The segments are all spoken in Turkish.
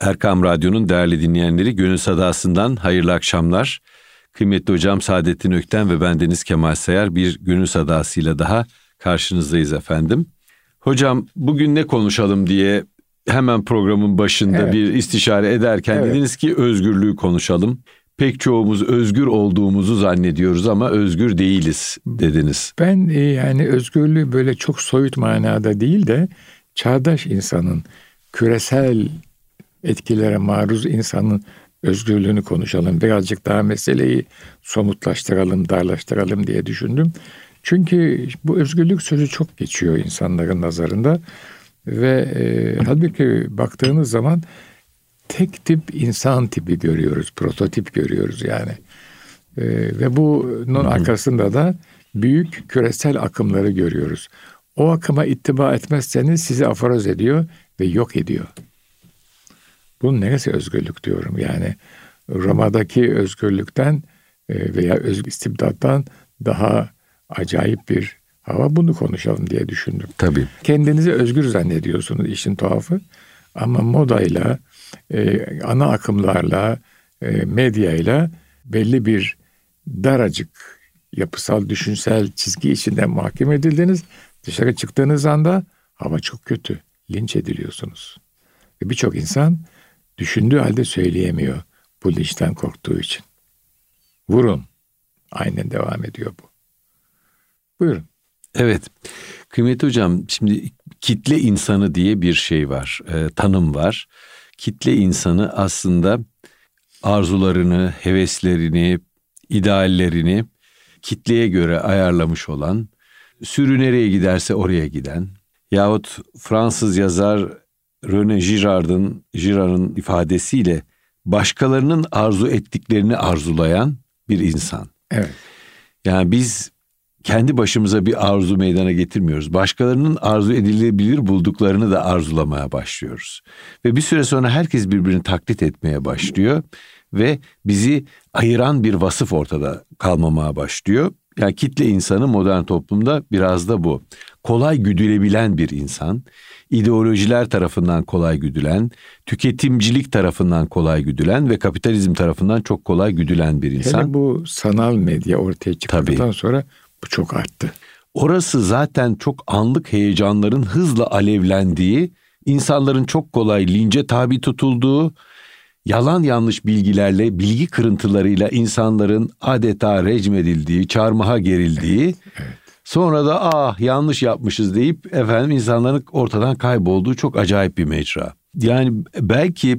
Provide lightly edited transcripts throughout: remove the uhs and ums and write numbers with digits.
Erkam Radyo'nun değerli dinleyenleri, Gönül Sadası'ndan hayırlı akşamlar. Kıymetli hocam Saadettin Ökten ve bendeniz Kemal Sayar bir Gönül Sadası'yla daha karşınızdayız efendim. Hocam bugün ne konuşalım diye hemen programın başında bir istişare ederken dediniz ki özgürlüğü konuşalım. Pek çoğumuz özgür olduğumuzu zannediyoruz ama özgür değiliz dediniz. Ben yani özgürlüğü böyle çok soyut manada değil de çağdaş insanın, küresel etkilere maruz insanın özgürlüğünü konuşalım. Birazcık daha meseleyi somutlaştıralım, darlaştıralım diye düşündüm. Çünkü bu özgürlük sözü çok geçiyor insanların nazarında. Ve halbuki baktığınız zaman tek tip insan tipi görüyoruz, prototip görüyoruz yani. Ve bunun arkasında da büyük küresel akımları görüyoruz. O akıma ittiba etmezseniz sizi aforoz ediyor ve yok ediyor. Bunun neresi özgürlük diyorum yani. Roma'daki özgürlükten veya istibdattan daha acayip bir hava, bunu konuşalım diye düşündüm. Tabii. Kendinizi özgür zannediyorsunuz, işin tuhafı. Ama modayla, ana akımlarla, medyayla belli bir daracık yapısal, düşünsel çizgi içinde mahkum edildiniz. Dışarı çıktığınız anda hava çok kötü. Linç ediliyorsunuz. Ve birçok insan düşündüğü halde söyleyemiyor. Bu linçten korktuğu için. Vurun. Aynen devam ediyor bu. Buyurun. Evet. Kıymetli hocam, şimdi kitle insanı diye bir şey var. Tanım var. Kitle insanı aslında arzularını, heveslerini, ideallerini kitleye göre ayarlamış olan, sürü nereye giderse oraya giden, yahut Fransız yazar René Girard'ın ifadesiyle başkalarının arzu ettiklerini arzulayan bir insan. Evet. Yani biz kendi başımıza bir arzu meydana getirmiyoruz. Başkalarının arzu edilebilir bulduklarını da arzulamaya başlıyoruz. Ve bir süre sonra herkes birbirini taklit etmeye başlıyor ve bizi ayıran bir vasıf ortada kalmamaya başlıyor. Yani kitle insanı modern toplumda biraz da bu. Kolay güdülebilen bir insan, ideolojiler tarafından kolay güdülen, tüketimcilik tarafından kolay güdülen ve kapitalizm tarafından çok kolay güdülen bir insan. Hele bu sanal medya ortaya çıktıktan sonra bu çok arttı. Orası zaten çok anlık heyecanların hızla alevlendiği, insanların çok kolay lince tabi tutulduğu, yalan yanlış bilgilerle, bilgi kırıntılarıyla insanların adeta recmedildiği, çarmıha gerildiği, evet. Sonra da yanlış yapmışız deyip insanların ortadan kaybolduğu çok acayip bir mecra. Yani belki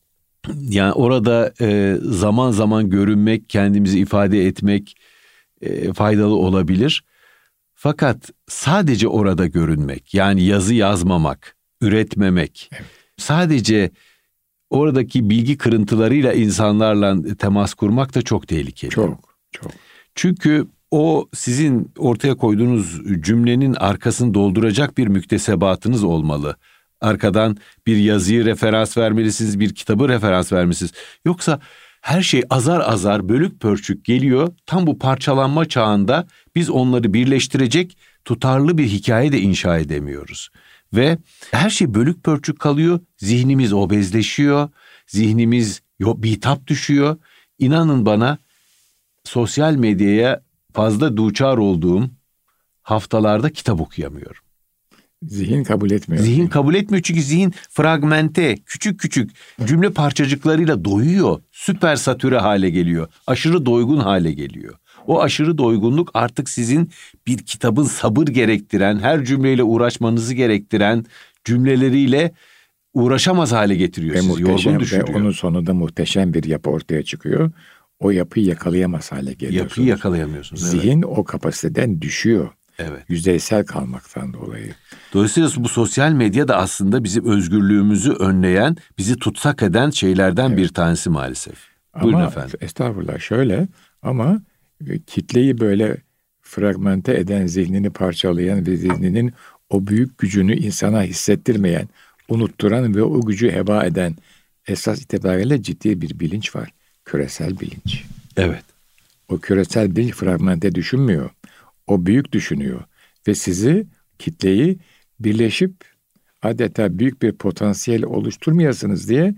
orada zaman zaman görünmek, kendimizi ifade etmek faydalı olabilir. Fakat sadece orada görünmek, yani yazı yazmamak, üretmemek, sadece oradaki bilgi kırıntılarıyla insanlarla temas kurmak da çok tehlikeli. Çok. Çünkü o sizin ortaya koyduğunuz cümlenin arkasını dolduracak bir müktesebatınız olmalı. Arkadan bir yazıyı referans vermelisiniz, bir kitabı referans vermelisiniz. Yoksa her şey azar azar, bölük pörçük geliyor. Tam bu parçalanma çağında biz onları birleştirecek tutarlı bir hikaye de inşa edemiyoruz. Ve her şey bölük pörçük kalıyor, zihnimiz obezleşiyor, zihnimiz bitap düşüyor. İnanın bana, sosyal medyaya fazla duçar olduğum haftalarda kitap okuyamıyorum. Zihin kabul etmiyor. Zihin kabul etmiyor çünkü zihin fragmente, küçük cümle parçacıklarıyla doyuyor. Süper satüre hale geliyor. Aşırı doygun hale geliyor. O aşırı doygunluk artık sizin bir kitabın sabır gerektiren, her cümleyle uğraşmanızı gerektiren cümleleriyle uğraşamaz hale getiriyor sizi. Yorgun düşürüyor. Ve onun sonunda muhteşem bir yapı ortaya çıkıyor. O yapıyı yakalayamaz hale geliyorsunuz. Yapıyı yakalayamıyorsunuz. Zihin o kapasiteden düşüyor. Evet. Yüzeysel kalmaktan dolayı. Dolayısıyla bu sosyal medya da aslında bizim özgürlüğümüzü önleyen, bizi tutsak eden şeylerden bir tanesi maalesef. Buyurun efendim. Estağfurullah, şöyle ama kitleyi böyle fragmente eden, zihnini parçalayan ve zihninin o büyük gücünü insana hissettirmeyen, unutturan ve o gücü heba eden esas itibariyle ciddi bir bilinç var. Küresel bilinç. Evet. O küresel bilinç fragmente düşünmüyor. O büyük düşünüyor. Ve sizi, kitleyi birleşip adeta büyük bir potansiyel oluşturmayasınız diye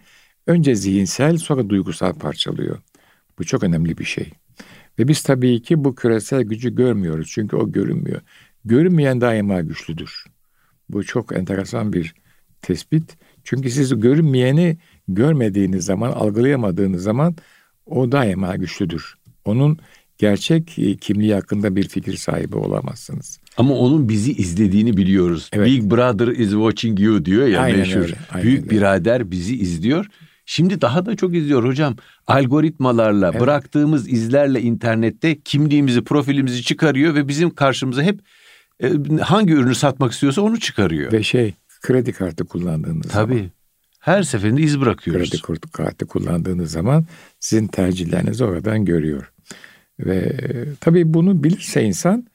önce zihinsel sonra duygusal parçalıyor. Bu çok önemli bir şey. Ve biz tabii ki bu küresel gücü görmüyoruz çünkü o görünmüyor. Görünmeyen daima güçlüdür. Bu çok enteresan bir tespit. Çünkü siz görünmeyeni görmediğiniz zaman, algılayamadığınız zaman o daima güçlüdür. Onun gerçek kimliği hakkında bir fikir sahibi olamazsınız. Ama onun bizi izlediğini biliyoruz. Evet. Big Brother is watching you diyor ya, Aynen meşhur. öyle, aynen Büyük öyle. birader bizi izliyor. Şimdi daha da çok izliyor hocam. Algoritmalarla, Evet. bıraktığımız izlerle internette kimliğimizi, profilimizi çıkarıyor ve bizim karşımıza hep hangi ürünü satmak istiyorsa onu çıkarıyor. Ve kredi kartı kullandığınız zaman. Tabii. Her seferinde iz bırakıyoruz. Kredi kartı kullandığınız zaman sizin tercihlerinizi oradan görüyor. Ve tabii bunu bilirse insan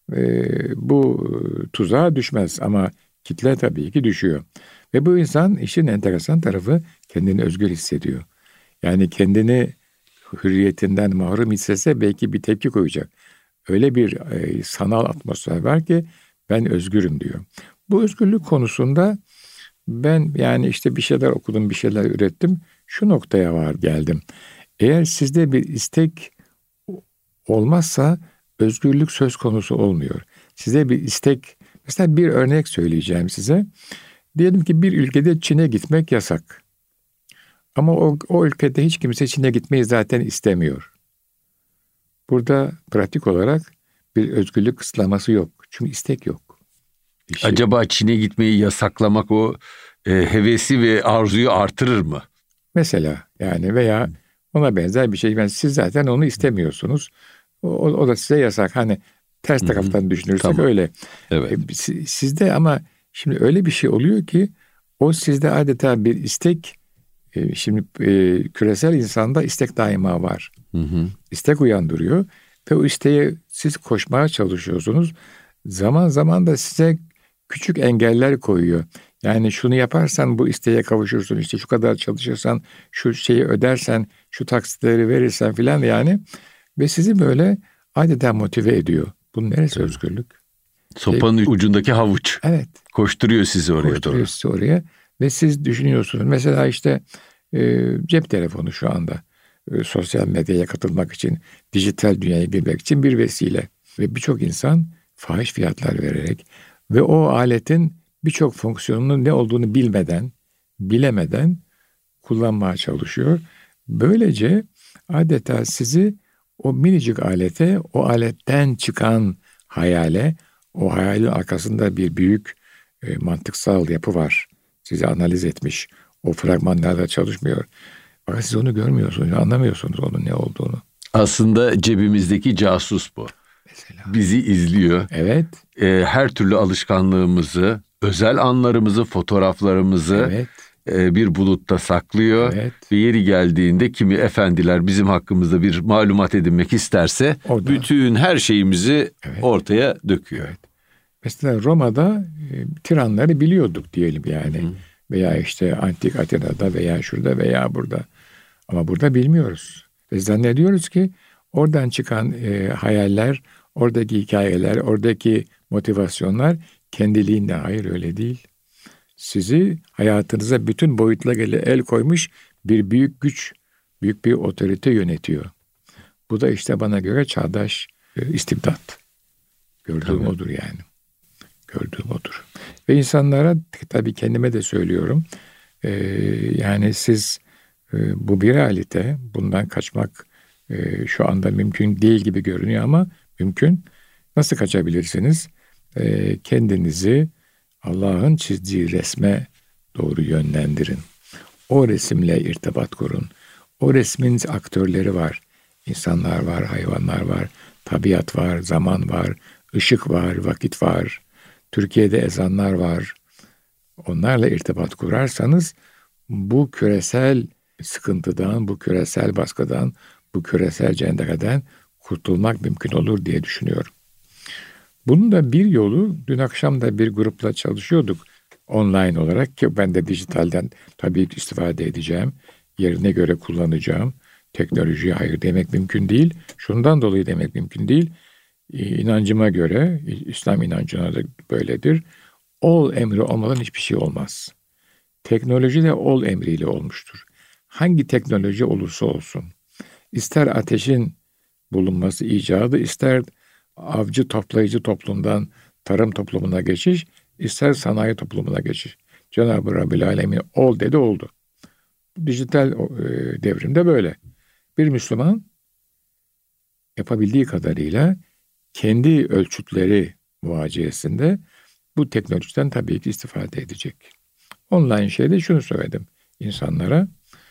bu tuzağa düşmez ama kitle tabii ki düşüyor. Ve bu insan işin enteresan tarafı kendini özgür hissediyor. Yani kendini hürriyetinden mahrum hissetse belki bir tepki koyacak. Öyle bir sanal atmosfer var ki ben özgürüm diyor. Bu özgürlük konusunda ben yani işte bir şeyler okudum, bir şeyler ürettim. Şu noktaya geldim. Eğer sizde bir istek olmazsa özgürlük söz konusu olmuyor. Size bir istek, mesela bir örnek söyleyeceğim size. Diyelim ki bir ülkede Çin'e gitmek yasak. Ama o ülkede hiç kimse Çin'e gitmeyi zaten istemiyor. Burada pratik olarak bir özgürlük kısıtlaması yok. Çünkü istek yok. Acaba Çin'e gitmeyi yasaklamak o hevesi ve arzuyu artırır mı? Mesela yani veya ona benzer bir şey. Yani siz zaten onu istemiyorsunuz. O da size yasak. Hani ters taraftan düşünürsek Tamam. öyle. Evet. Sizde ama şimdi öyle bir şey oluyor ki o sizde adeta bir istek. Şimdi küresel insanda istek daima var. İstek uyandırıyor ve o isteğe siz koşmaya çalışıyorsunuz. Zaman zaman da size küçük engeller koyuyor. Yani şunu yaparsan bu isteğe kavuşursun. İşte şu kadar çalışırsan, şu şeyi ödersen, şu taksitleri verirsen filan yani. Ve sizi böyle adeta motive ediyor. Bunun neresi özgürlük? Sopanın ucundaki havuç. Evet. Koşturuyor sizi oraya Koşturuyor doğru. sizi oraya. Ve siz düşünüyorsunuz. Mesela işte cep telefonu şu anda sosyal medyaya katılmak için, dijital dünyaya girmek için bir vesile. Ve birçok insan fahiş fiyatlar vererek ve o aletin birçok fonksiyonunun ne olduğunu bilemeden kullanmaya çalışıyor. Böylece adeta sizi o minicik alete, o aletten çıkan hayale, o hayalin arkasında bir büyük mantıksal yapı var. Sizi analiz etmiş. O fragmanlarla çalışmıyor. Fakat siz onu görmüyorsunuz, anlamıyorsunuz onun ne olduğunu. Aslında cebimizdeki casus bu. Mesela. Bizi izliyor. Evet. Her türlü alışkanlığımızı, özel anlarımızı, fotoğraflarımızı Evet. Bir bulutta saklıyor. Evet. Ve yeri geldiğinde kimi efendiler bizim hakkımızda bir malumat edinmek isterse bütün her şeyimizi ortaya döküyor. Evet. Mesela Roma'da tiranları biliyorduk diyelim yani. Veya işte antik Atina'da veya şurada veya burada. Ama burada bilmiyoruz. Ve zannediyoruz ki oradan çıkan hayaller, oradaki hikayeler, oradaki motivasyonlar kendiliğinde. Hayır, öyle değil. Sizi hayatınıza bütün boyutlarıyla el koymuş bir büyük güç, büyük bir otorite yönetiyor. Bu da işte bana göre çağdaş istibdat. Gördüğüm odur yani. Gördüğüm odur. Ve insanlara tabii kendime de söylüyorum. Yani siz bu bir realite. Bundan kaçmak şu anda mümkün değil gibi görünüyor ama mümkün. Nasıl kaçabilirsiniz? Kendinizi Allah'ın çizdiği resme doğru yönlendirin. O resimle irtibat kurun. O resmin aktörleri var. İnsanlar var, hayvanlar var, tabiat var, zaman var, ışık var, vakit var. Türkiye'de ezanlar var. Onlarla irtibat kurarsanız bu küresel sıkıntıdan, bu küresel baskıdan, bu küresel cendereden kurtulmak mümkün olur diye düşünüyorum. Bunun da bir yolu, dün akşam da bir grupla çalışıyorduk online olarak ki ben de dijitalden tabii istifade edeceğim. Yerine göre kullanacağım. Teknolojiye hayır demek mümkün değil. Şundan dolayı demek mümkün değil. İnancıma göre, İslam inancına da böyledir. Ol emri olmadan hiçbir şey olmaz. Teknoloji de ol emriyle olmuştur. hangi teknoloji olursa olsun, ister ateşin bulunması icadı, ister avcı toplayıcı toplumdan tarım toplumuna geçiş, ister sanayi toplumuna geçiş. Cenab-ı Rabbil Alemin ol dedi, oldu. Dijital devrimde böyle. Bir Müslüman yapabildiği kadarıyla kendi ölçütleri muvaciyesinde bu teknolojiden tabii ki istifade edecek. Online şeyde şunu söyledim insanlara,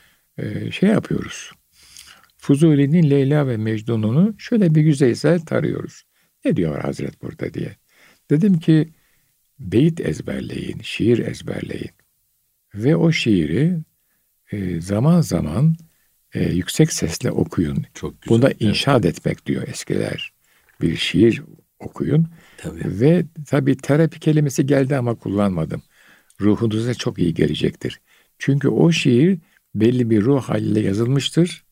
şey yapıyoruz. Fuzuli'nin Leyla ve Mecnun'unu şöyle bir yüzeysel tarıyoruz. Ne diyor Hazret burada diye. Dedim ki beyit ezberleyin, şiir ezberleyin. Ve o şiiri zaman zaman yüksek sesle okuyun. Çok güzel. Buna inşaat etmek diyor eskiler. Bir şiir okuyun. Tabii. Ve tabii terapi kelimesi geldi ama kullanmadım. Ruhunuza çok iyi gelecektir. Çünkü o şiir belli bir ruh haliyle yazılmıştır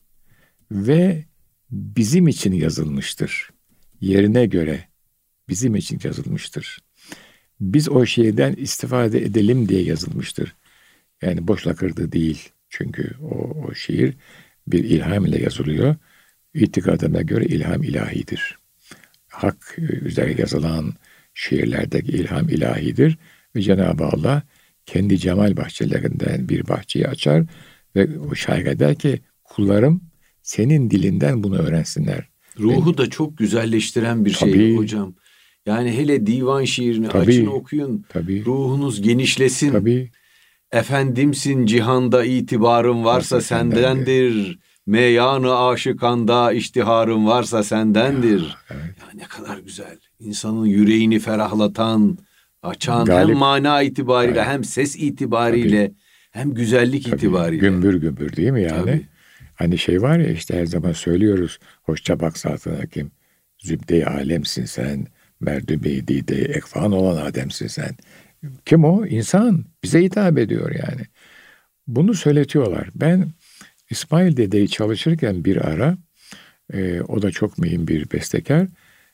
ve bizim için yazılmıştır. Yerine göre bizim için yazılmıştır. Biz o şiirden istifade edelim diye yazılmıştır. Yani boş lakırdı değil. Çünkü o şiir bir ilham ile yazılıyor. İtikadıma göre ilham ilahidir. Hak üzere yazılan şiirlerdeki ilham ilahidir. Ve Cenab-ı Allah kendi cemal bahçelerinden bir bahçeyi açar ve o şair eder ki kullarım senin dilinden bunu öğrensinler. Ruhu da çok güzelleştiren bir şey hocam. Yani hele divan şiirini açın okuyun. Tabii. Ruhunuz genişlesin. Tabii. Efendimsin cihanda itibarın varsa sendendir. Meyanı aşıkanda iştiharın varsa sendendir. Evet. Ya ne kadar güzel. İnsanın yüreğini ferahlatan, açan Galip, hem mana itibariyle galip. Hem ses itibariyle hem güzellik itibariyle. Gümbür gümbür değil mi yani? Tabii. Hani şey var ya işte her zaman söylüyoruz. Hoşça bak Satın Hakim. Zübde-i alemsin sen. Merdübe-i dide ekfan olan Adem'sin sen. Kim o? İnsan. Bize hitap ediyor yani. Bunu söyletiyorlar. Ben İsmail Dede'yi çalışırken bir ara o da çok mühim bir bestekar.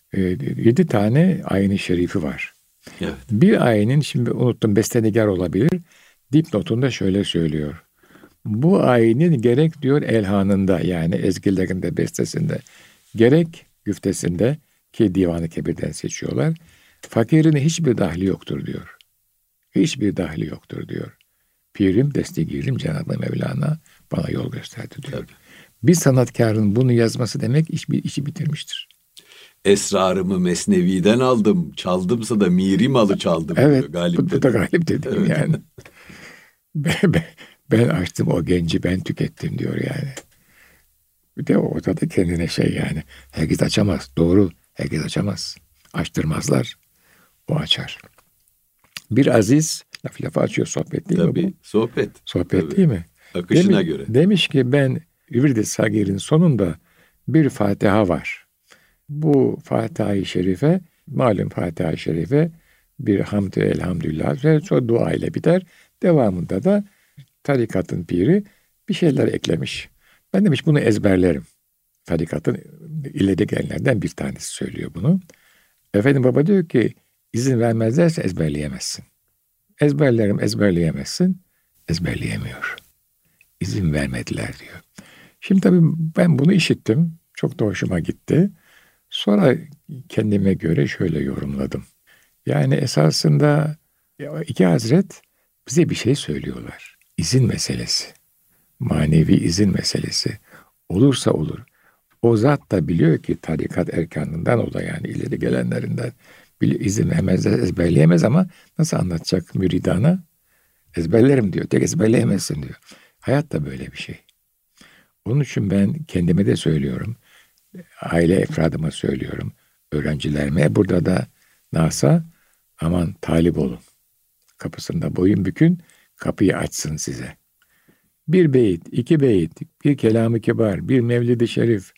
7 tane ayini şerifi var. Evet. Bir ayinin şimdi unuttum bestenigar olabilir. Dipnotunda şöyle söylüyor. Bu ayinin gerek diyor elhanında yani ezgilerinde, bestesinde, gerek güftesinde ki Divan-ı Kebir'den seçiyorlar. Fakirin hiçbir dahli yoktur diyor. Hiçbir dahli yoktur diyor. Pirim, destegirim Cenab-ı Mevlana bana yol gösterdi diyor. Tabii. Bir sanatkarın bunu yazması demek işi bitirmiştir. Esrarımı Mesnevi'den aldım. Çaldımsa da miri malı çaldım. Evet. Diyor, Galip bu da Galip dedim evet. yani. Ben açtım o genci ben tükettim diyor yani. Bir de orada da kendine şey yani. Herkes açamaz. Doğru. Herkes açamaz. Açtırmazlar. O açar. Bir aziz lafı açıyor sohbet değil Tabii, mi bu? sohbet. Sohbet Tabii. değil mi? Akışına göre. Demiş ki ben Vird-i Sagir'in sonunda bir Fatiha var. Bu Fatiha-i Şerife malum Fatiha-i Şerife bir hamdü elhamdülillah ve sonra dua ile biter. Devamında da tarikatın piri bir şeyler eklemiş. Ben demiş bunu ezberlerim. Tarikatın ileri gelenlerden bir tanesi söylüyor bunu. Efendim baba diyor ki izin vermezlerse ezberleyemezsin. Ezberlerim ezberleyemezsin. Ezberleyemiyor. İzin vermediler diyor. Şimdi tabii ben bunu işittim. Çok da hoşuma gitti. Sonra kendime göre şöyle yorumladım. Yani esasında iki hazret bize bir şey söylüyorlar. İzin meselesi. Manevi izin meselesi. Olursa olur. O zat da biliyor ki tarikat erkanından o da yani ileri gelenlerinden izin vermez, ezberleyemez ama nasıl anlatacak müridana? Ezberlerim diyor. Tek ezberleyemezsin diyor. Hayat da böyle bir şey. Onun için ben kendime de söylüyorum. Aile efradıma söylüyorum. Öğrencilerime burada da NASA aman talip olun. Kapısında boyun bükün. Kapıyı açsın size. Bir beyit, 2 beyit, bir kelam-ı kibar, bir mevlid-i şerif,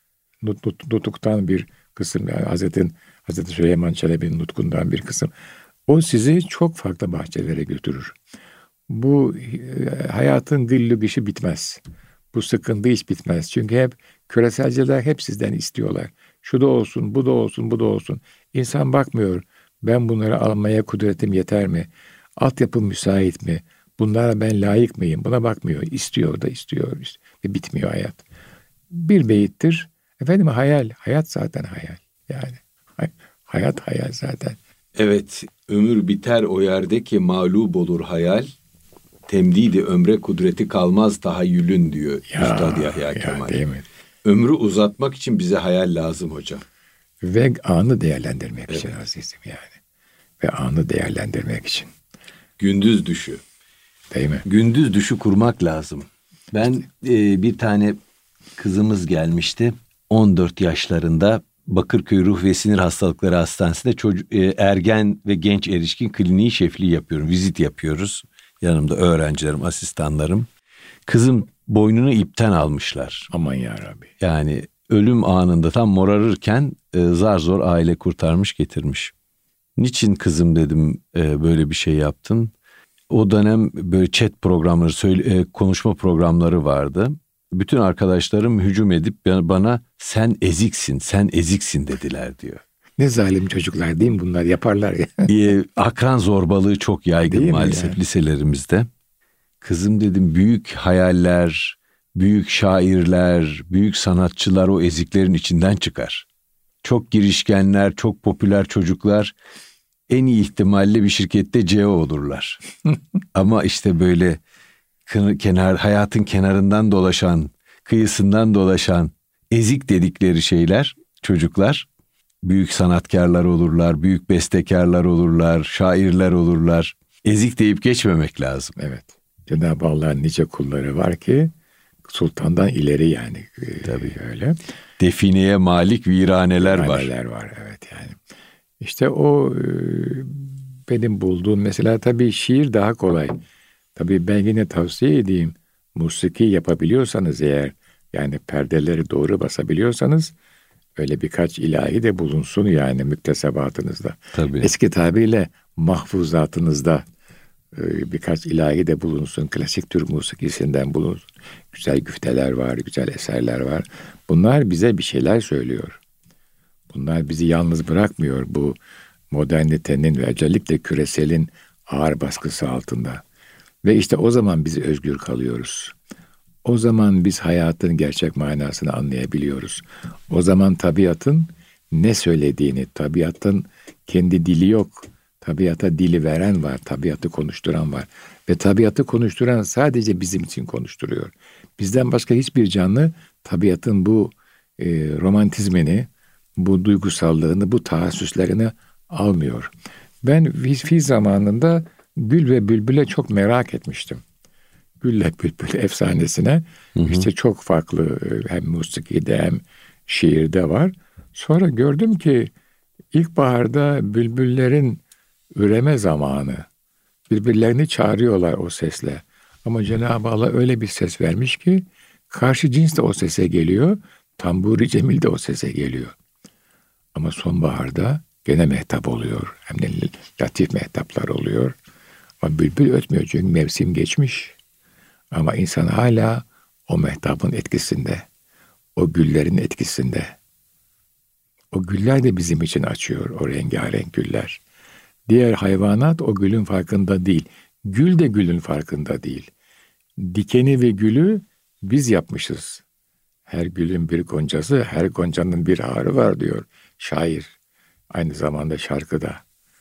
nutuktan bir kısım, yani Hazreti Süleyman Çelebi'nin nutkundan bir kısım. O sizi çok farklı bahçelere götürür. Bu hayatın dillügüşü bitmez. Bu sıkıntı hiç bitmez. Çünkü hep küreselciler hep sizden istiyorlar. Şu da olsun, bu da olsun, bu da olsun. İnsan bakmıyor. Ben bunları almaya kudretim yeter mi? Altyapım müsait mi? Bunlara ben layık mıyım? Buna bakmıyor. İstiyor da istiyor. Ve bitmiyor hayat. Bir beyittir. Efendim hayal. Hayat zaten hayal. Yani hayat hayal zaten. Evet, ömür biter o yerde ki mağlup olur hayal. Temdidi ömre kudreti kalmaz tahayyülün diyor Üstad Yahya Kemal. Değil mi? Ömrü uzatmak için bize hayal lazım hocam. Ve anı değerlendirmek için azizim yani. Ve anı değerlendirmek için. Gündüz düşü. Değil mi? Gündüz düşü kurmak lazım. Ben bir tane kızımız gelmişti. 14 yaşlarında Bakırköy Ruh ve Sinir Hastalıkları Hastanesi'nde ergen ve genç erişkin kliniği şefliği yapıyorum. Vizit yapıyoruz. Yanımda öğrencilerim, asistanlarım. Kızım boynunu ipten almışlar. Aman yarabbi. Yani ölüm anında tam morarırken zar zor aile kurtarmış getirmiş. Niçin kızım dedim böyle bir şey yaptın? O dönem böyle chat programları, konuşma programları vardı. Bütün arkadaşlarım hücum edip bana sen eziksin dediler diyor. Ne zalim çocuklar değil mi bunlar, yaparlar ya. Akran zorbalığı çok yaygın Değil mi maalesef yani? liselerimizde. Kızım dedim büyük hayaller, büyük şairler, büyük sanatçılar o eziklerin içinden çıkar. Çok girişkenler, çok popüler çocuklar en iyi ihtimalle bir şirkette CEO olurlar. Ama işte böyle hayatın kenarından dolaşan, kıyısından dolaşan ezik dedikleri şeyler, çocuklar büyük sanatkarlar olurlar, büyük bestekarlar olurlar, şairler olurlar. Ezik deyip geçmemek lazım. Evet. Cenab-ı Allah'ın nice kulları var ki sultandan ileri yani. Tabii. Öyle. Defineye malik viraneler var. Viraneler var evet yani. İşte o benim bulduğum mesela, tabii şiir daha kolay. Tabii ben yine tavsiye edeyim. Musiki yapabiliyorsanız eğer, yani perdeleri doğru basabiliyorsanız, öyle birkaç ilahi de bulunsun yani müktesebatınızda. Tabii. Eski tabirle mahfuzatınızda birkaç ilahi de bulunsun. Klasik Türk musikisinden bulunsun. Güzel güfteler var, güzel eserler var. Bunlar bize bir şeyler söylüyor. Bunlar bizi yalnız bırakmıyor bu modernitenin ve özellikle küreselin ağır baskısı altında. Ve işte o zaman biz özgür kalıyoruz. O zaman biz hayatın gerçek manasını anlayabiliyoruz. O zaman tabiatın ne söylediğini, tabiatın kendi dili yok. Tabiata dili veren var, tabiatı konuşturan var. Ve tabiatı konuşturan sadece bizim için konuşturuyor. Bizden başka hiçbir canlı tabiatın bu romantizmini, bu duygusallığını, bu tahassüslerini almıyor. Ben fi zamanında Gül ve Bülbül'e çok merak etmiştim. Gül'le Bülbül efsanesine işte çok farklı hem musikide hem şiirde var. Sonra gördüm ki ilkbaharda bülbüllerin üreme zamanı. Birbirlerini çağırıyorlar o sesle. Ama Cenab-ı Allah öyle bir ses vermiş ki karşı cins de o sese geliyor. Tamburi Cemil de o sese geliyor. Ama sonbaharda gene mehtap oluyor. Hem de latif mehtaplar oluyor. Ama bülbül ötmüyor çünkü mevsim geçmiş. Ama insan hala o mehtabın etkisinde. O güllerin etkisinde. O güller de bizim için açıyor, o rengarenk güller. Diğer hayvanat o gülün farkında değil. Gül de gülün farkında değil. Dikeni ve gülü biz yapmışız. Her gülün bir goncası, her goncanın bir harı var diyor şair. Aynı zamanda şarkıda.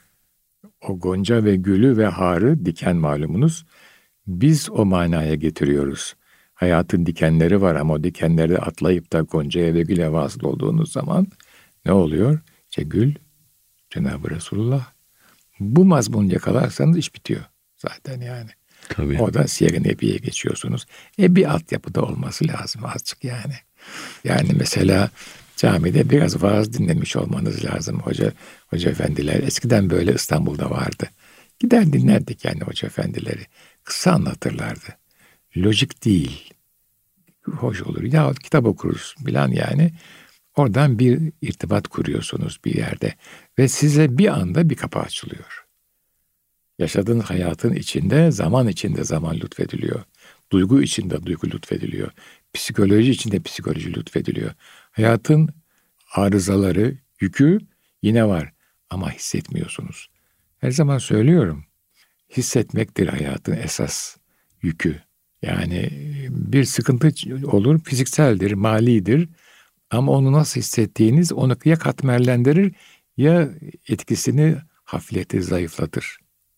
O gonca ve gülü ve harı, diken malumunuz, biz o manaya getiriyoruz. Hayatın dikenleri var ama o dikenleri atlayıp da goncaya ve güle vasıl olduğunuz zaman ne oluyor? İşte gül, Cenab-ı Resulullah. Bu mazmunu yakalarsanız iş bitiyor zaten yani. Tabii. Oradan Siyer-i Nebi'ye geçiyorsunuz. Bir altyapıda olması lazım azıcık yani. Yani mesela camide biraz vaaz dinlemiş olmanız lazım. Hoca efendiler eskiden böyle İstanbul'da vardı. Gider dinlerdik yani hoca efendileri. Kısa anlatırlardı. Lojik değil. Hoş olur. Ya kitap okuruz filan yani. Oradan bir irtibat kuruyorsunuz bir yerde. Ve size bir anda bir kapı açılıyor. Yaşadığın hayatın içinde zaman lütfediliyor. Duygu içinde duygu lütfediliyor. Psikoloji içinde psikoloji lütfediliyor. Hayatın arızaları, yükü yine var ama hissetmiyorsunuz. Her zaman söylüyorum. hissetmektir hayatın esas yükü. Yani bir sıkıntı olur, fizikseldir, malidir. Ama onu nasıl hissettiğiniz onu ya katmerlendirir ya etkisini hafifletir, zayıflatır.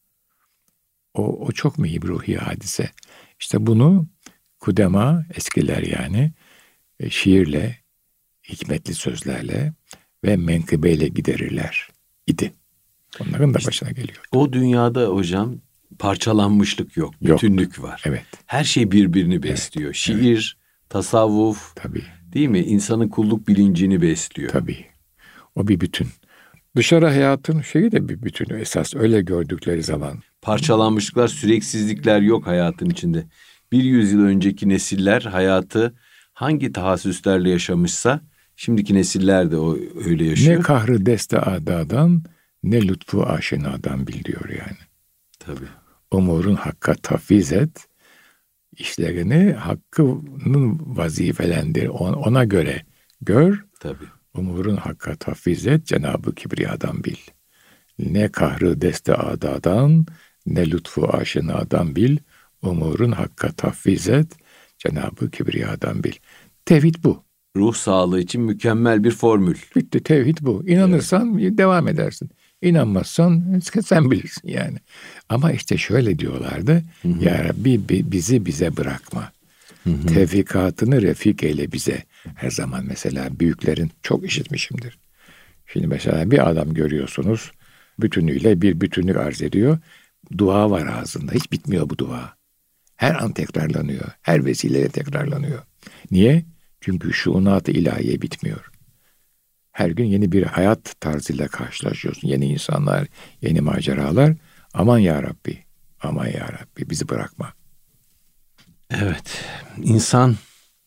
O çok mühim ruhi hadise. İşte bunu kudema, eskiler yani, şiirle, hikmetli sözlerle ve menkıbeyle giderirler idi. Onların da başına geliyor. O dünyada hocam parçalanmışlık yok, bütünlük var. Evet. Her şey birbirini besliyor. Evet. Şiir, tasavvuf, tabii. Değil mi? İnsanın kulluk bilincini besliyor. Tabii. O bir bütün. Dışarı hayatın şeyi de bir bütünü esas öyle gördükleri zaman. Parçalanmışlıklar, süreksizlikler yok hayatın içinde. 100 yıl önceki nesiller hayatı hangi tahassüslerle yaşamışsa şimdiki nesiller de öyle yaşıyor. Ne kahrı deste adadan ne lütfu aşinadan bil diyor yani. Tabii. Umurun hakka tafiz et, işlerini hakkının vazifelendir, ona göre gör. Tabii. Umurun hakka tafiz et, Cenab-ı Kibriya'dan bil. Ne kahrı deste adadan, ne lütfu aşinadan bil. Umurun hakka tafiz et, Cenab-ı Kibriya'dan bil. Tevhid bu. Ruh sağlığı için mükemmel bir formül. Bitti, tevhid bu. İnanırsan devam edersin. İnanmazsan sen bilirsin yani. Ama işte şöyle diyorlardı. Ya Rabbi bize bırakma. Tevfikatını refik eyle bize. Her zaman mesela büyüklerin çok işitmişimdir. Şimdi mesela bir adam görüyorsunuz. Bütünüyle bir bütünlük arz ediyor. Dua var ağzında. Hiç bitmiyor bu dua. Her an tekrarlanıyor. Her vesileyle tekrarlanıyor. Niye? Çünkü şuunat-ı ilahiye bitmiyor. Her gün yeni bir hayat tarzıyla karşılaşıyorsun. Yeni insanlar, yeni maceralar. Aman ya Rabbi, aman ya Rabbi bizi bırakma. Evet, insan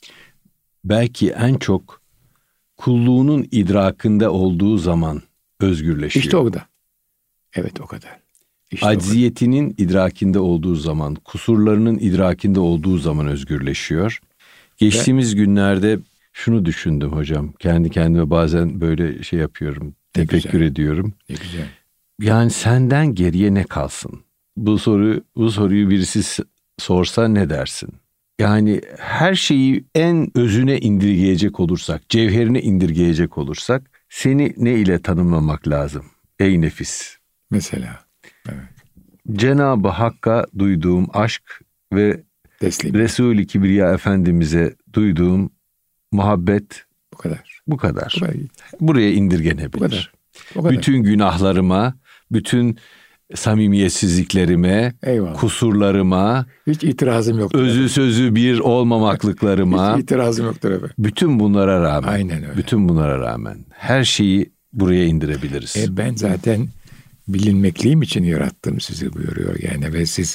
belki en çok kulluğunun idrakında olduğu zaman özgürleşiyor. İşte o da. Evet, o kadar. İşte acziyetinin idrakinde olduğu zaman, kusurlarının idrakinde olduğu zaman özgürleşiyor. Geçtiğimiz günlerde şunu düşündüm hocam. Kendi kendime bazen böyle şey yapıyorum. Tefekkür ediyorum. Ne güzel. Yani senden geriye ne kalsın? Bu soruyu birisi sorsa ne dersin? Yani her şeyi en özüne indirgeyecek olursak, cevherine indirgeyecek olursak seni ne ile tanımlamak lazım? Ey nefis. Mesela. Evet. Cenab-ı Hakk'a duyduğum aşk ve Resul-i Kibriya Efendimiz'e duyduğum muhabbet bu kadar. Bu kadar. Buraya indirgenebilir. Bu kadar. O kadar. Bütün günahlarıma, bütün samimiyetsizliklerime, eyvallah, kusurlarıma, hiç itirazım yoktur. Özü sözü bir olmamaklıklarıma, hiç itirazım yoktur efendim. Bütün bunlara rağmen, aynen öyle. Bütün bunlara rağmen her şeyi buraya indirebiliriz. Ben zaten bilinmekliğim için yarattım sizi buyuruyor yani ve siz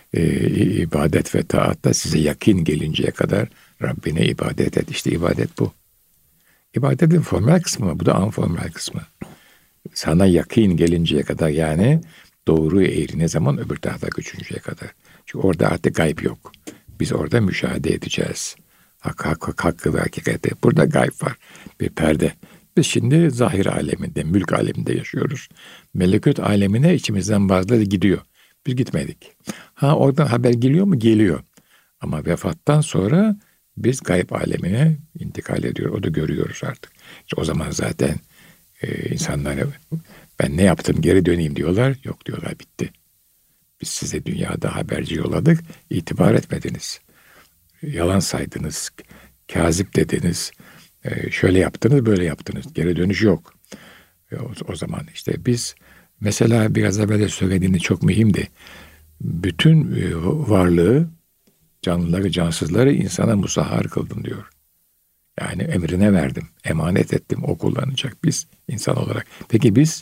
ibadet ve taatta size yakin gelinceye kadar Rabbine ibadet et. İşte ibadet bu. İbadetin formel kısmı, bu da anformel kısmı. Sana yakin gelinceye kadar yani doğru eğri ne zaman öbür tarafa göçünceye kadar. Çünkü orada artık gayb yok. Biz orada müşahede edeceğiz. Hakkı ve hakikati. Burada gayb var. Bir perde. Biz şimdi zahir aleminde, mülk aleminde yaşıyoruz. Melekut alemine içimizden bazıları gidiyor. Biz gitmedik. Oradan haber geliyor mu? Geliyor. Ama vefattan sonra biz gayb alemine intikal ediyor. O da görüyoruz artık. İşte o zaman zaten insanlara ben ne yaptım geri döneyim diyorlar. Yok diyorlar, bitti. Biz size dünyada haberci yolladık. İtibar etmediniz. Yalan saydınız. Kazip dediniz. Şöyle yaptınız, böyle yaptınız. Geri dönüş yok. O zaman işte biz mesela biraz evvel de söylediğiniz çok mühimdi. Bütün varlığı, canlıları, cansızları insana musahhar kıldım diyor. Yani emrine verdim, emanet ettim, o kullanacak biz insan olarak. Peki biz,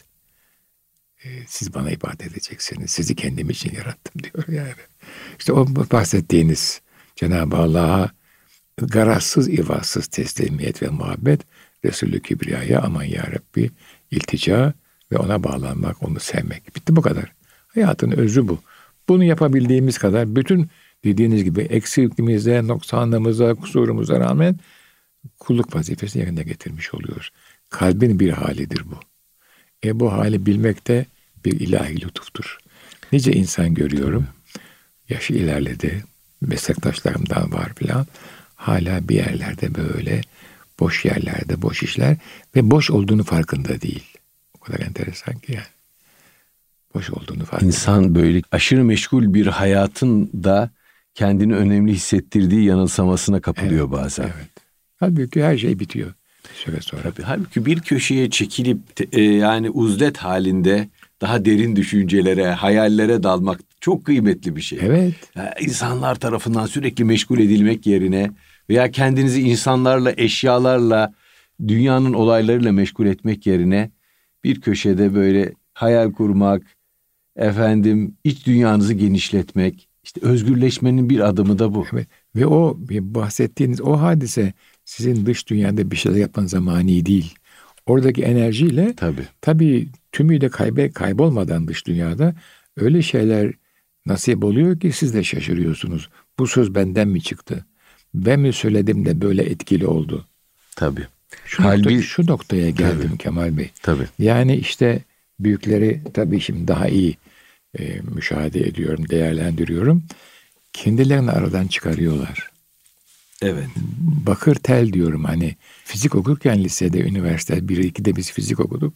siz bana ibadet edeceksiniz, sizi kendim için yarattım diyor yani. İşte o bahsettiğiniz Cenab-ı Allah'a garazsız, ivazsız teslimiyet ve muhabbet, Resulü Kibriya'ya aman ya Rabbi iltica ve ona bağlanmak, onu sevmek. Bitti, bu kadar. Hayatın özü bu. Bunu yapabildiğimiz kadar bütün dediğiniz gibi eksikliğimize, noksanlığımıza, kusurumuza rağmen kulluk vazifesini yerine getirmiş oluyoruz. Kalbin bir halidir bu. Bu hali bilmek de bir ilahi lütuftur. Nice insan görüyorum. Yaşı ilerledi. Meslektaşlarımdan var filan. Hala bir yerlerde böyle boş yerlerde boş işler ve boş olduğunu farkında değil. O kadar enteresan ki yani. Boş olduğunu farkında. İnsan böyle aşırı meşgul bir hayatın da kendini önemli hissettirdiği yanılsamasına kapılıyor bazen. Evet. Halbuki her şey bitiyor bir süre sonra. Tabii, halbuki bir köşeye çekilip yani uzlet halinde daha derin düşüncelere, hayallere dalmak çok kıymetli bir şey. Evet. Yani insanlar tarafından sürekli meşgul edilmek yerine veya kendinizi insanlarla, eşyalarla, dünyanın olaylarıyla meşgul etmek yerine bir köşede böyle hayal kurmak, iç dünyanızı genişletmek, işte özgürleşmenin bir adımı da bu. Evet. Ve o bahsettiğiniz o hadise sizin dış dünyada bir şeyler yapmanıza mani değil. Oradaki enerjiyle tabii tümüyle kaybolmadan dış dünyada öyle şeyler nasip oluyor ki siz de şaşırıyorsunuz. Bu söz benden mi çıktı? Ben mi söyledim de böyle etkili oldu? Tabii. Şu noktaya geldim Kemal Bey. Tabii. Yani işte büyükleri tabii şimdi daha iyi müşahede ediyorum, değerlendiriyorum. Kendilerini aradan çıkarıyorlar. Evet. Bakır tel diyorum hani fizik okurken lisede, üniversite 1-2'de biz fizik okuduk.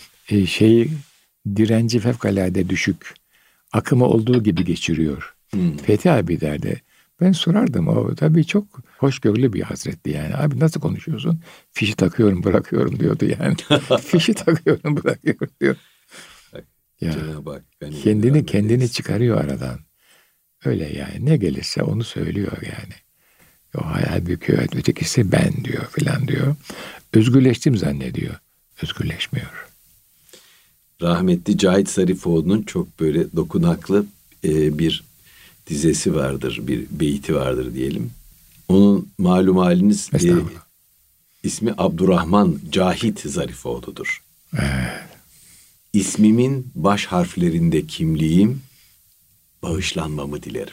Direnci fevkalade düşük. Akımı olduğu gibi geçiriyor. Fethi abi derdi. Ben sorardım, o tabii çok hoşgörülü bir hazretti yani. Abi nasıl konuşuyorsun? Fişi takıyorum bırakıyorum diyordu yani. Fişi takıyorum bırakıyorum diyor. Ya, bak, kendini çıkarıyor aradan. Öyle yani ne gelirse onu söylüyor yani. O hayal büküyor, ötekisi ben diyor filan diyor. Özgürleştim zannediyor. Özgürleşmiyor. Rahmetli Cahit Zarifoğlu'nun çok böyle dokunaklı bir dizesi vardır, bir beyti vardır diyelim. Onun malum haliniz ismi Abdurrahman Cahit Zarifoğlu'dur. Evet. İsmimin baş harflerinde kimliğim, bağışlanmamı dilerim.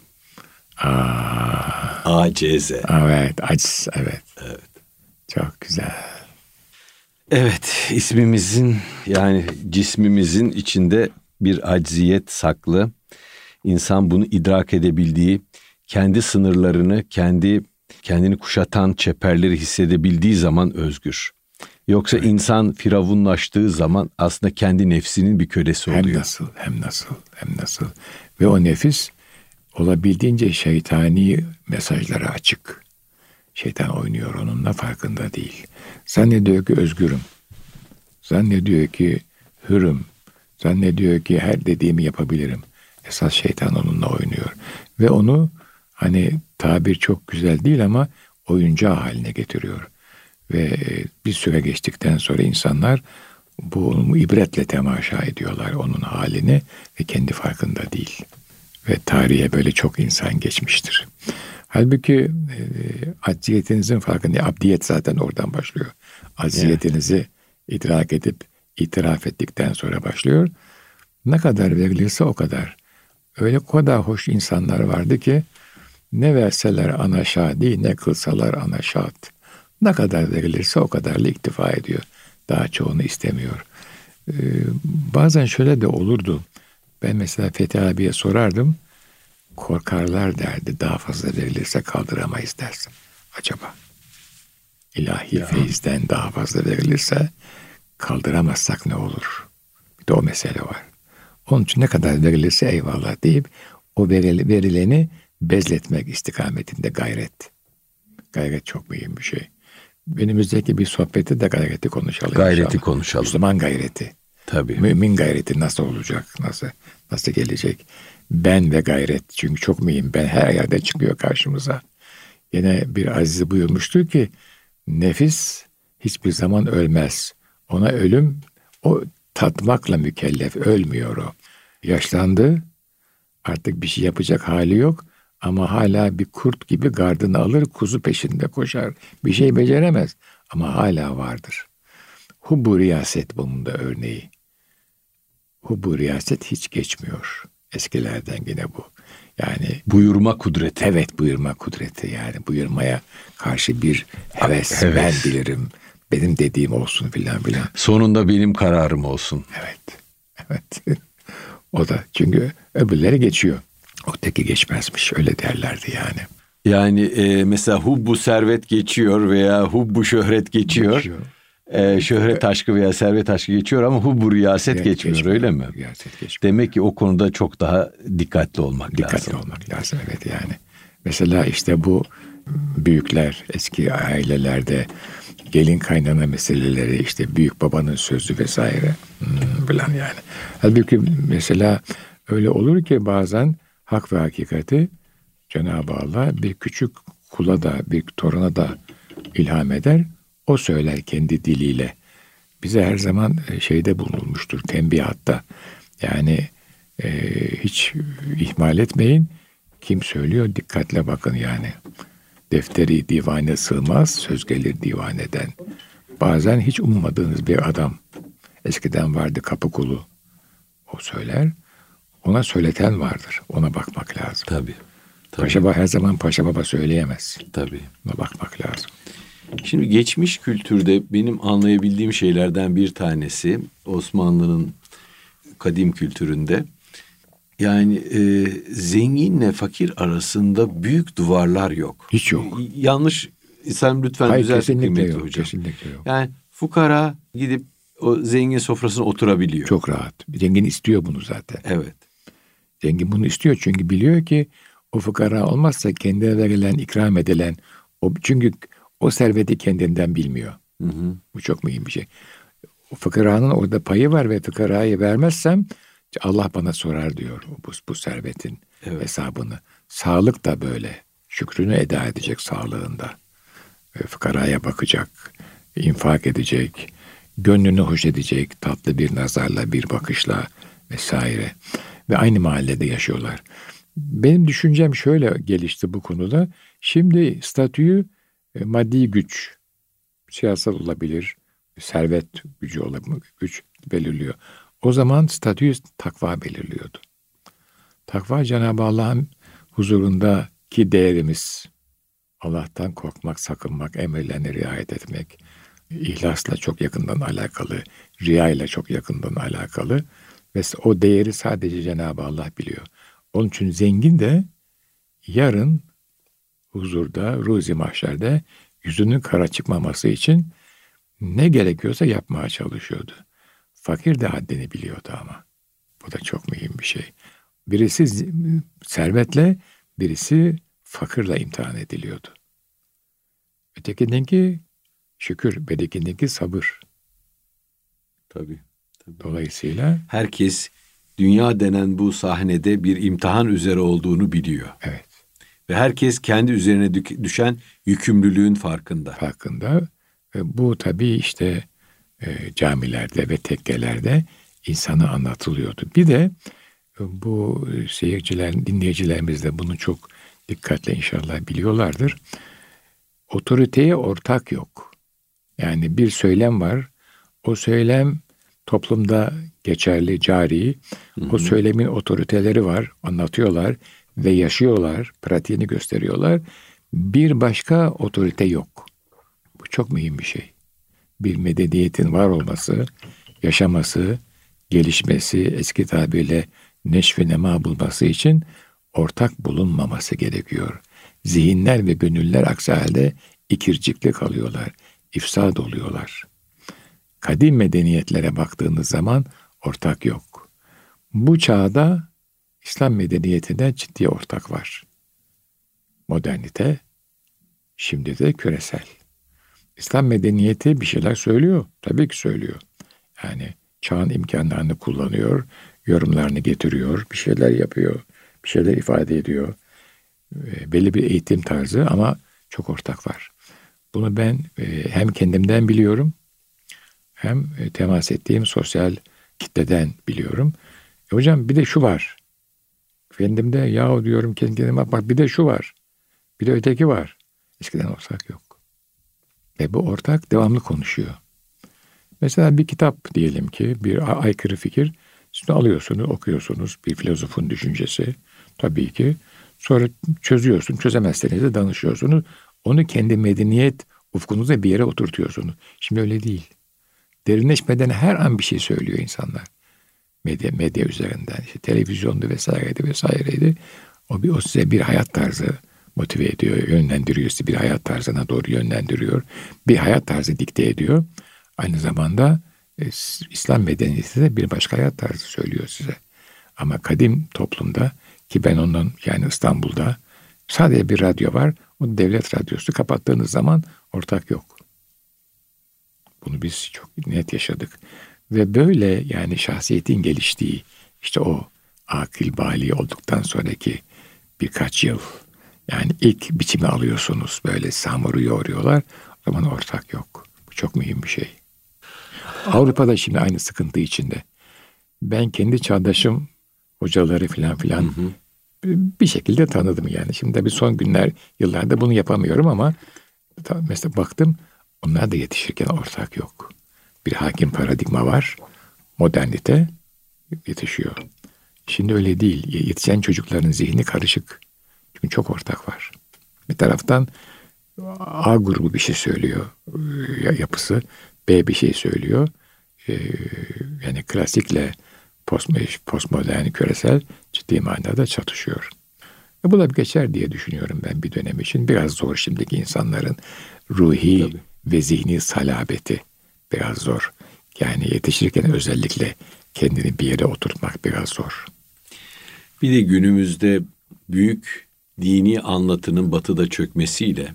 ACZ. Evet, aciz, evet. Evet. Çok güzel. Evet, ismimizin yani cismimizin içinde bir acziyet saklı. İnsan bunu idrak edebildiği, kendi sınırlarını, kendini kuşatan çeperleri hissedebildiği zaman özgür. Yoksa insan firavunlaştığı zaman aslında kendi nefsinin bir kölesi oluyor. Hem nasıl. Ve o nefis olabildiğince şeytani mesajlara açık. Şeytan oynuyor onunla, farkında değil. Zannediyor ki özgürüm. Zannediyor ki hürüm. Zannediyor ki her dediğimi yapabilirim. Esas şeytan onunla oynuyor. Ve onu hani tabir çok güzel değil ama oyuncağı haline getiriyor. Ve bir süre geçtikten sonra insanlar bunu ibretle temaşa ediyorlar onun halini ve kendi farkında değil. Ve tarihe böyle çok insan geçmiştir. Halbuki acziyetinizin farkında, abdiyet zaten oradan başlıyor. Acziyetinizi idrak edip itiraf ettikten sonra başlıyor. Ne kadar verilirse o kadar. Öyle kadar hoş insanlar vardı ki ne verseler ana şadi, ne kılsalar ana şad. Ne kadar verilirse o kadarla iktifa ediyor. Daha çoğunu istemiyor. Bazen şöyle de olurdu. Ben mesela Fethi abiye sorardım. Korkarlar derdi. Daha fazla verilirse kaldıramayız dersin. Acaba ilahi feyizden daha fazla verilirse kaldıramazsak ne olur? Bir de o mesele var. Onun için ne kadar verilirse eyvallah deyip o verileni bezletmek istikametinde gayret. Gayret çok mühim bir şey. Önümüzdeki bir sohbette de gayreti konuşalım. Gayreti konuşalım. Müslüman gayreti. Tabii. Mümin gayreti nasıl olacak? Nasıl gelecek? Ben ve gayret. Çünkü çok mühim. Ben her yerde çıkıyor karşımıza. Yine bir aziz buyurmuştur ki nefis hiçbir zaman ölmez. Ona ölüm o tatmakla mükellef. Ölmüyor o. Yaşlandı. Artık bir şey yapacak hali yok. Ama hala bir kurt gibi gardını alır, kuzu peşinde koşar. Bir şey beceremez ama hala vardır. Hubbu riyaset bunun da örneği. Hubbu riyaset hiç geçmiyor. Eskilerden yine bu. Yani buyurma kudreti. Evet, buyurma kudreti. Yani buyurmaya karşı bir heves. Ben bilirim. Benim dediğim olsun filan filan. Sonunda benim kararım olsun. Evet. O da çünkü öbürleri geçiyor. O teki geçmezmiş, öyle derlerdi yani. Yani mesela hubbu servet geçiyor veya hubbu şöhret geçiyor. Şöhret aşkı veya servet aşkı geçiyor ama hubbu riyaset geçmiyor, öyle mi? Riyaset geçmiyor. Demek ki o konuda çok daha dikkatli olmak lazım. Dikkatli olmak lazım, evet yani. Mesela işte bu büyükler eski ailelerde gelin kaynana meseleleri, işte büyük babanın sözü vesaire falan yani. Halbuki mesela öyle olur ki bazen hak ve hakikati Cenab-ı Allah bir küçük kula da bir toruna da ilham eder. O söyler kendi diliyle. Bize her zaman şeyde bulunmuştur, tembihatta. Yani hiç ihmal etmeyin. Kim söylüyor dikkatle bakın yani. Defteri divane sığmaz, söz gelir divaneden. Bazen hiç ummadığınız bir adam. Eskiden vardı kapı kulu. O söyler. Ona söyleten vardır. Ona bakmak lazım. Tabii. Paşa baba her zaman paşa baba söyleyemez. Tabii. Ona bakmak lazım. Şimdi geçmiş kültürde benim anlayabildiğim şeylerden bir tanesi Osmanlı'nın kadim kültüründe, yani zenginle fakir arasında büyük duvarlar yok. Hiç yok. Yanlış, sen lütfen Hayır, düzeltin kıymetli yok, hocam. kesinlikle yok. Yani fukara gidip o zengin sofrasına oturabiliyor. Çok rahat. Zengin istiyor bunu zaten. Evet. Zengin bunu istiyor çünkü biliyor ki o fukara olmazsa kendine verilen, ikram edilen, çünkü o serveti kendinden bilmiyor. Hı hı. Bu çok mühim bir şey. O fıkaranın orada payı var ve fıkarayı vermezsem Allah bana sorar diyor bu servetin hesabını. Sağlık da böyle. Şükrünü eda edecek sağlığında. Fıkaraya bakacak, infak edecek, gönlünü hoş edecek, tatlı bir nazarla, bir bakışla vesaire. Ve aynı mahallede yaşıyorlar. Benim düşüncem şöyle gelişti bu konuda. Şimdi statüyü maddi güç, siyasal olabilir, servet gücü olabilir, güç belirliyor. O zaman statüyü takva belirliyordu. Takva Cenab-ı Allah'ın huzurundaki değerimiz. Allah'tan korkmak, sakınmak, emirlerine riayet etmek, ihlasla çok yakından alakalı, riya ile çok yakından alakalı ve o değeri sadece Cenab-ı Allah biliyor. Onun için zengin de yarın huzurda, ruzi mahşerde yüzünün kara çıkmaması için ne gerekiyorsa yapmaya çalışıyordu. Fakir de haddini biliyordu ama. Bu da çok mühim bir şey. Birisi servetle, birisi fakirle imtihan ediliyordu. Ötekindeki şükür, ötekindeki sabır. Tabii. Dolayısıyla herkes dünya denen bu sahnede bir imtihan üzere olduğunu biliyor. Evet. Ve herkes kendi üzerine düşen yükümlülüğün farkında. Farkında. Bu tabii işte camilerde ve tekkelerde insana anlatılıyordu. Bir de bu dinleyicilerimiz de bunu çok dikkatle inşallah biliyorlardır. Otoriteye ortak yok. Yani bir söylem var. O söylem toplumda geçerli, cari. O söylemin otoriteleri var, anlatıyorlar ve yaşıyorlar, pratiğini gösteriyorlar. Bir başka otorite yok. Bu çok mühim bir şey. Bir medeniyetin var olması, yaşaması, gelişmesi, eski tabirle neşv-i nema bulması için ortak bulunmaması gerekiyor. Zihinler ve gönüller aksi halde ikircikli kalıyorlar, ifsad oluyorlar. Kadim medeniyetlere baktığınız zaman ortak yok. Bu çağda İslam medeniyetinde ciddi ortak var. Modernite, şimdi de küresel. İslam medeniyeti bir şeyler söylüyor. Tabii ki söylüyor. Yani çağın imkanlarını kullanıyor, yorumlarını getiriyor, bir şeyler yapıyor, bir şeyler ifade ediyor. Belli bir eğitim tarzı ama çok ortak var. Bunu ben hem kendimden biliyorum, hem temas ettiğim sosyal kitleden biliyorum. Hocam bir de şu var. Kendimde yahu diyorum kendime bak bir de şu var. Bir de öteki var. Eskiden ortak yok. Ve bu ortak devamlı konuşuyor. Mesela bir kitap diyelim ki bir aykırı fikir. Siz alıyorsunuz, okuyorsunuz bir filozofun düşüncesi. Tabii ki. Sonra çözüyorsun, çözemezseniz de danışıyorsunuz. Onu kendi medeniyet ufkunuza bir yere oturtuyorsunuz. Şimdi öyle değil. Derinleşmeden her an bir şey söylüyor insanlar. medya üzerinden, işte televizyondu vesaireydi. O size bir hayat tarzı motive ediyor, yönlendiriyor, sizi bir hayat tarzına doğru yönlendiriyor. Bir hayat tarzı dikte ediyor. Aynı zamanda İslam medeniyeti de bir başka hayat tarzı söylüyor size. Ama kadim toplumda, ki ben onun, yani İstanbul'da sadece bir radyo var. O devlet radyosu, kapattığınız zaman ortak yok. Bunu biz çok net yaşadık. Ve böyle, yani şahsiyetin geliştiği, işte o akil bali olduktan sonraki birkaç yıl, yani ilk biçimi alıyorsunuz, böyle hamuru yoğuruyorlar, o zaman ortak yok. Bu çok mühim bir şey. Avrupa'da şimdi aynı sıkıntı içinde. Ben kendi çağdaşım, hocaları filan bir şekilde tanıdım yani. Şimdi bir son yıllarda bunu yapamıyorum ama mesela baktım, onlar da yetişirken ortak yok. Bir hakim paradigma var. Modernite yetişiyor. Şimdi öyle değil. Yetişen çocukların zihni karışık. Çünkü çok ortak var. Bir taraftan A grubu bir şey söylüyor, yapısı. B bir şey söylüyor. Yani klasikle postmodern, küresel ciddi manada çatışıyor. Bu da geçer diye düşünüyorum ben bir dönem için. Biraz zor şimdiki insanların ruhi Tabii. ve zihni salabeti. Biraz zor. Yani yetişirken özellikle kendini bir yere oturtmak biraz zor. Bir de günümüzde büyük dini anlatının batıda çökmesiyle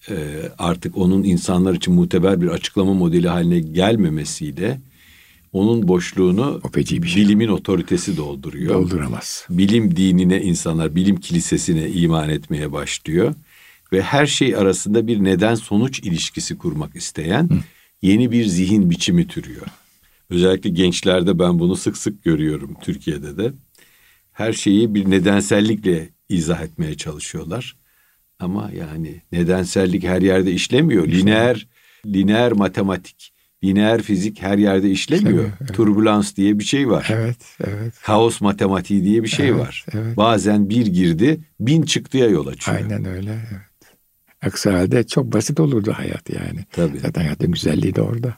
artık onun insanlar için muteber bir açıklama modeli haline gelmemesiyle onun boşluğunu bilimin otoritesi dolduruyor. Dolduramaz. Bilim dinine insanlar, bilim kilisesine iman etmeye başlıyor. Ve her şey arasında bir neden-sonuç ilişkisi kurmak isteyen yeni bir zihin biçimi türüyor. Özellikle gençlerde ben bunu sık sık görüyorum, Türkiye'de de. Her şeyi bir nedensellikle izah etmeye çalışıyorlar. Ama yani nedensellik her yerde işlemiyor. Lineer matematik, lineer fizik her yerde işlemiyor. Evet. Turbulans diye bir şey var. Evet. Kaos matematiği diye bir şey var. Evet. Bazen bir girdi, 1000 çıktıya yol açıyor. Aynen öyle, evet. Aksi halde çok basit olurdu hayat yani. Tabii. Zaten hayatın güzelliği de orada.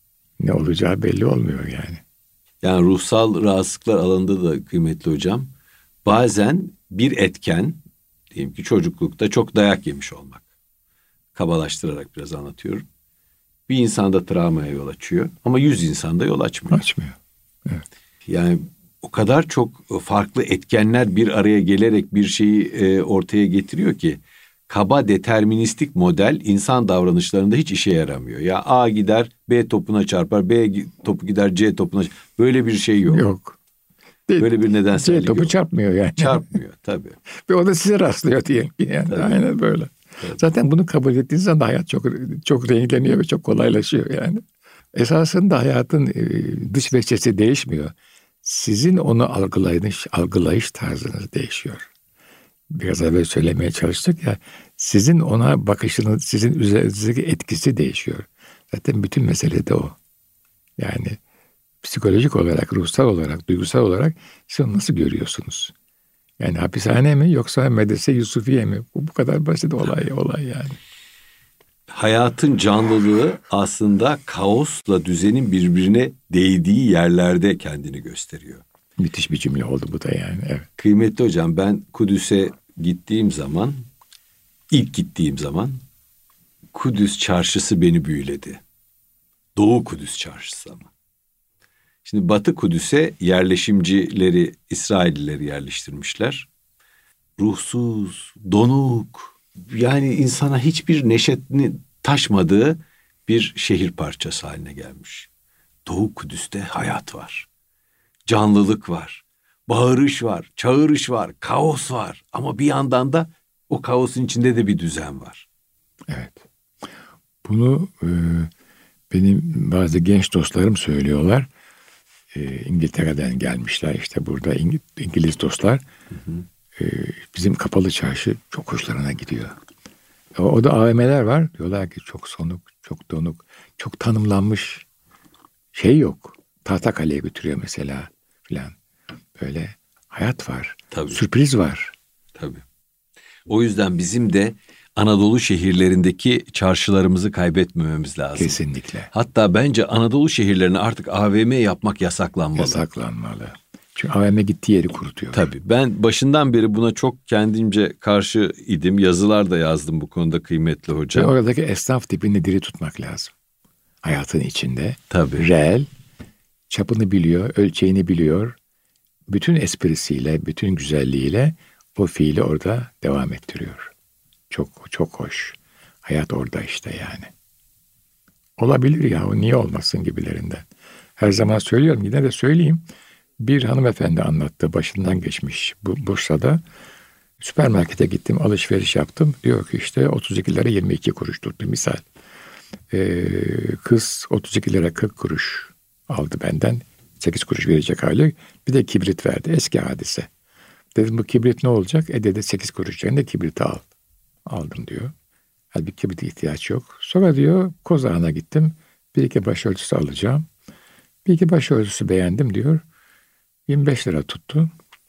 Ne olacağı belli olmuyor yani. Yani ruhsal rahatsızlıklar alanında da kıymetli hocam, bazen bir etken, diyelim ki çocuklukta çok dayak yemiş olmak. Kabalaştırarak biraz anlatıyorum. Bir insanda travmaya yol açıyor ama 100 insanda yol açmıyor. Evet. Yani o kadar çok farklı etkenler bir araya gelerek bir şeyi ortaya getiriyor ki kaba deterministik model insan davranışlarında hiç işe yaramıyor. Ya A gider B topuna çarpar, B topu gider C topuna çarpar. Böyle bir şey yok. Yok. Böyle bir nedensellik C topu yok. çarpmıyor yani. Çarpmıyor tabii. Ve o da size rastlıyor diyelim ki yani. Tabii. Aynen böyle. Tabii. Zaten bunu kabul ettiğiniz zaman hayat çok renkleniyor ve çok kolaylaşıyor yani. Esasında hayatın dış veçesi değişmiyor. Sizin onu algılayış tarzınız değişiyor. Biraz evvel söylemeye çalıştık ya, sizin ona bakışınız, sizin üzerinizdeki etkisi değişiyor. Zaten bütün mesele de o. Yani psikolojik olarak, ruhsal olarak, duygusal olarak siz onu nasıl görüyorsunuz? Yani hapishane mi yoksa medrese Yusufiye mi? Bu kadar basit olay yani. Hayatın canlılığı aslında kaosla düzenin birbirine değdiği yerlerde kendini gösteriyor. Müthiş bir cümle oldu bu da yani. Evet. Kıymetli hocam, ben Kudüs'e ilk gittiğim zaman Kudüs çarşısı beni büyüledi. Doğu Kudüs çarşısı ama. Şimdi Batı Kudüs'e yerleşimcileri, İsraillileri yerleştirmişler. Ruhsuz, donuk, yani insana hiçbir neşetini taşmadığı bir şehir parçası haline gelmiş. Doğu Kudüs'te hayat var. Canlılık var. Bağırış var, çağırış var, kaos var. Ama bir yandan da o kaosun içinde de bir düzen var. Evet. Bunu benim bazı genç dostlarım söylüyorlar. İngiltere'den gelmişler, işte burada İngiliz dostlar. Bizim kapalı çarşı çok hoşlarına gidiyor. O da AVM'ler var. Diyorlar ki çok sonuk, çok donuk, çok tanımlanmış şey yok. Tahtakale'ye götürüyor mesela filan. Böyle hayat var. Tabii. Sürpriz var. Tabii. O yüzden bizim de Anadolu şehirlerindeki çarşılarımızı kaybetmememiz lazım. Kesinlikle. Hatta bence Anadolu şehirlerine artık AVM yapmak yasaklanmalı. Yasaklanmalı. Çünkü AVM gittiği yeri kurutuyor. Tabii ben başından beri buna çok kendimce karşı idim. Yazılar da yazdım bu konuda kıymetli hocam. Ve oradaki esnaf tipini diri tutmak lazım. Hayatın içinde. Tabii. Reel, çapını biliyor, ölçeğini biliyor. Bütün esprisiyle, bütün güzelliğiyle o fiili orada devam ettiriyor. Çok çok hoş. Hayat orada işte yani. Olabilir ya, o niye olmasın gibilerinden. Her zaman söylüyorum, yine de söyleyeyim. Bir hanımefendi anlattı, başından geçmiş Bursa'da. Süpermarkete gittim, alışveriş yaptım. Diyor ki işte 32 lira 22 kuruş tuttu misal. Kız 32 lira 40 kuruş aldı benden. 8 kuruş verecek hali. Bir de kibrit verdi. Eski hadise. Dedim bu kibrit ne olacak? Dedi 8 kuruş yerine kibriti al. Aldım diyor. Halbuki kibrite ihtiyaç yok. Sonra diyor Kozağı'na gittim. Bir iki başörtüsü alacağım. Bir iki başörtüsü beğendim diyor. 25 lira tuttu.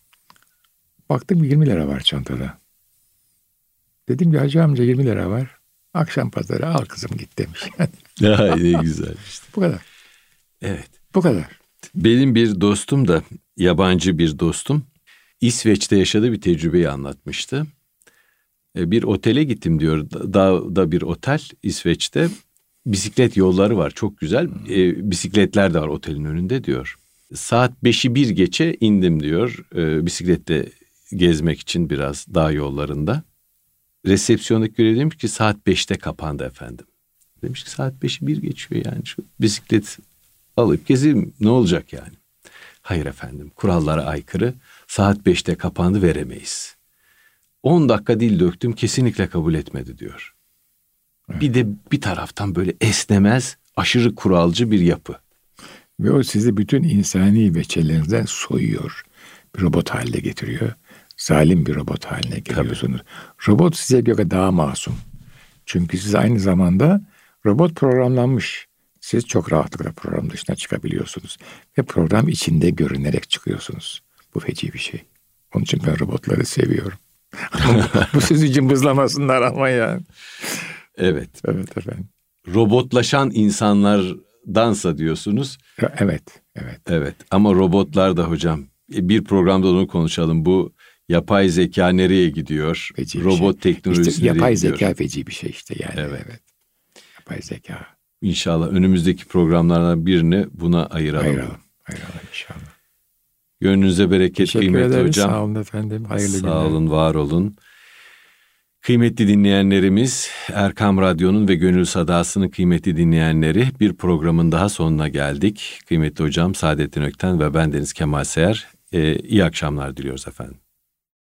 Baktım 20 lira var çantada. Dedim ki hacı amca 20 lira var. Akşam pazarı al kızım git demiş. Ya ne güzel işte. Bu kadar. Evet. Bu kadar. Benim bir dostum da, yabancı bir dostum, İsveç'te yaşadığı bir tecrübeyi anlatmıştı. Bir otele gittim diyor. Dağda bir otel İsveç'te. Bisiklet yolları var, çok güzel. Bisikletler de var otelin önünde diyor. Saat 5'i 1 geçe indim diyor. Bisikletle gezmek için biraz dağ yollarında. Resepsiyondaki görevli demiş ki saat 5'te kapandı efendim. Demiş ki saat 5'i 1 geçiyor yani, şu bisiklet alıp gezeyim ne olacak yani. Hayır efendim, kurallara aykırı, saat 5'te kapandı, veremeyiz. 10 dakika dil döktüm, kesinlikle kabul etmedi diyor. Evet. Bir de bir taraftan böyle esnemez, aşırı kuralcı bir yapı. Ve o sizi bütün insani veçelerinizden soyuyor. Bir robot haline getiriyor. Zalim bir robot haline geliyorsunuz. Tabii. Robot size göre daha masum. Çünkü siz aynı zamanda robot programlanmış. Siz çok rahatlıkla program dışına çıkabiliyorsunuz. Ve program içinde görünerek çıkıyorsunuz. Bu feci bir şey. Onun için ben robotları seviyorum. Bu sizi cımbızlamasınlar ama yani. Evet. Evet efendim. Robotlaşan insanlardansa diyorsunuz. Evet. Evet ama robotlar da hocam, bir programda onu konuşalım. Bu yapay zeka nereye gidiyor? Feci robot şey. teknolojisi işte yapay nereye gidiyor? zeka feci bir şey işte yani. Evet. Yapay zeka. İnşallah önümüzdeki programlardan birini buna ayıralım. Ayıralım inşallah. Gönlünüze bereket Teşekkür kıymetli ederiz. hocam. Sağ olun efendim. Hayırlı günler. Sağ olun, var olun. Kıymetli dinleyenlerimiz, Erkam Radyo'nun ve Gönül Sadası'nın kıymetli dinleyenleri, bir programın daha sonuna geldik. Kıymetli hocam Saadettin Ökten ve ben Deniz Kemal Seher. İyi akşamlar diliyoruz efendim.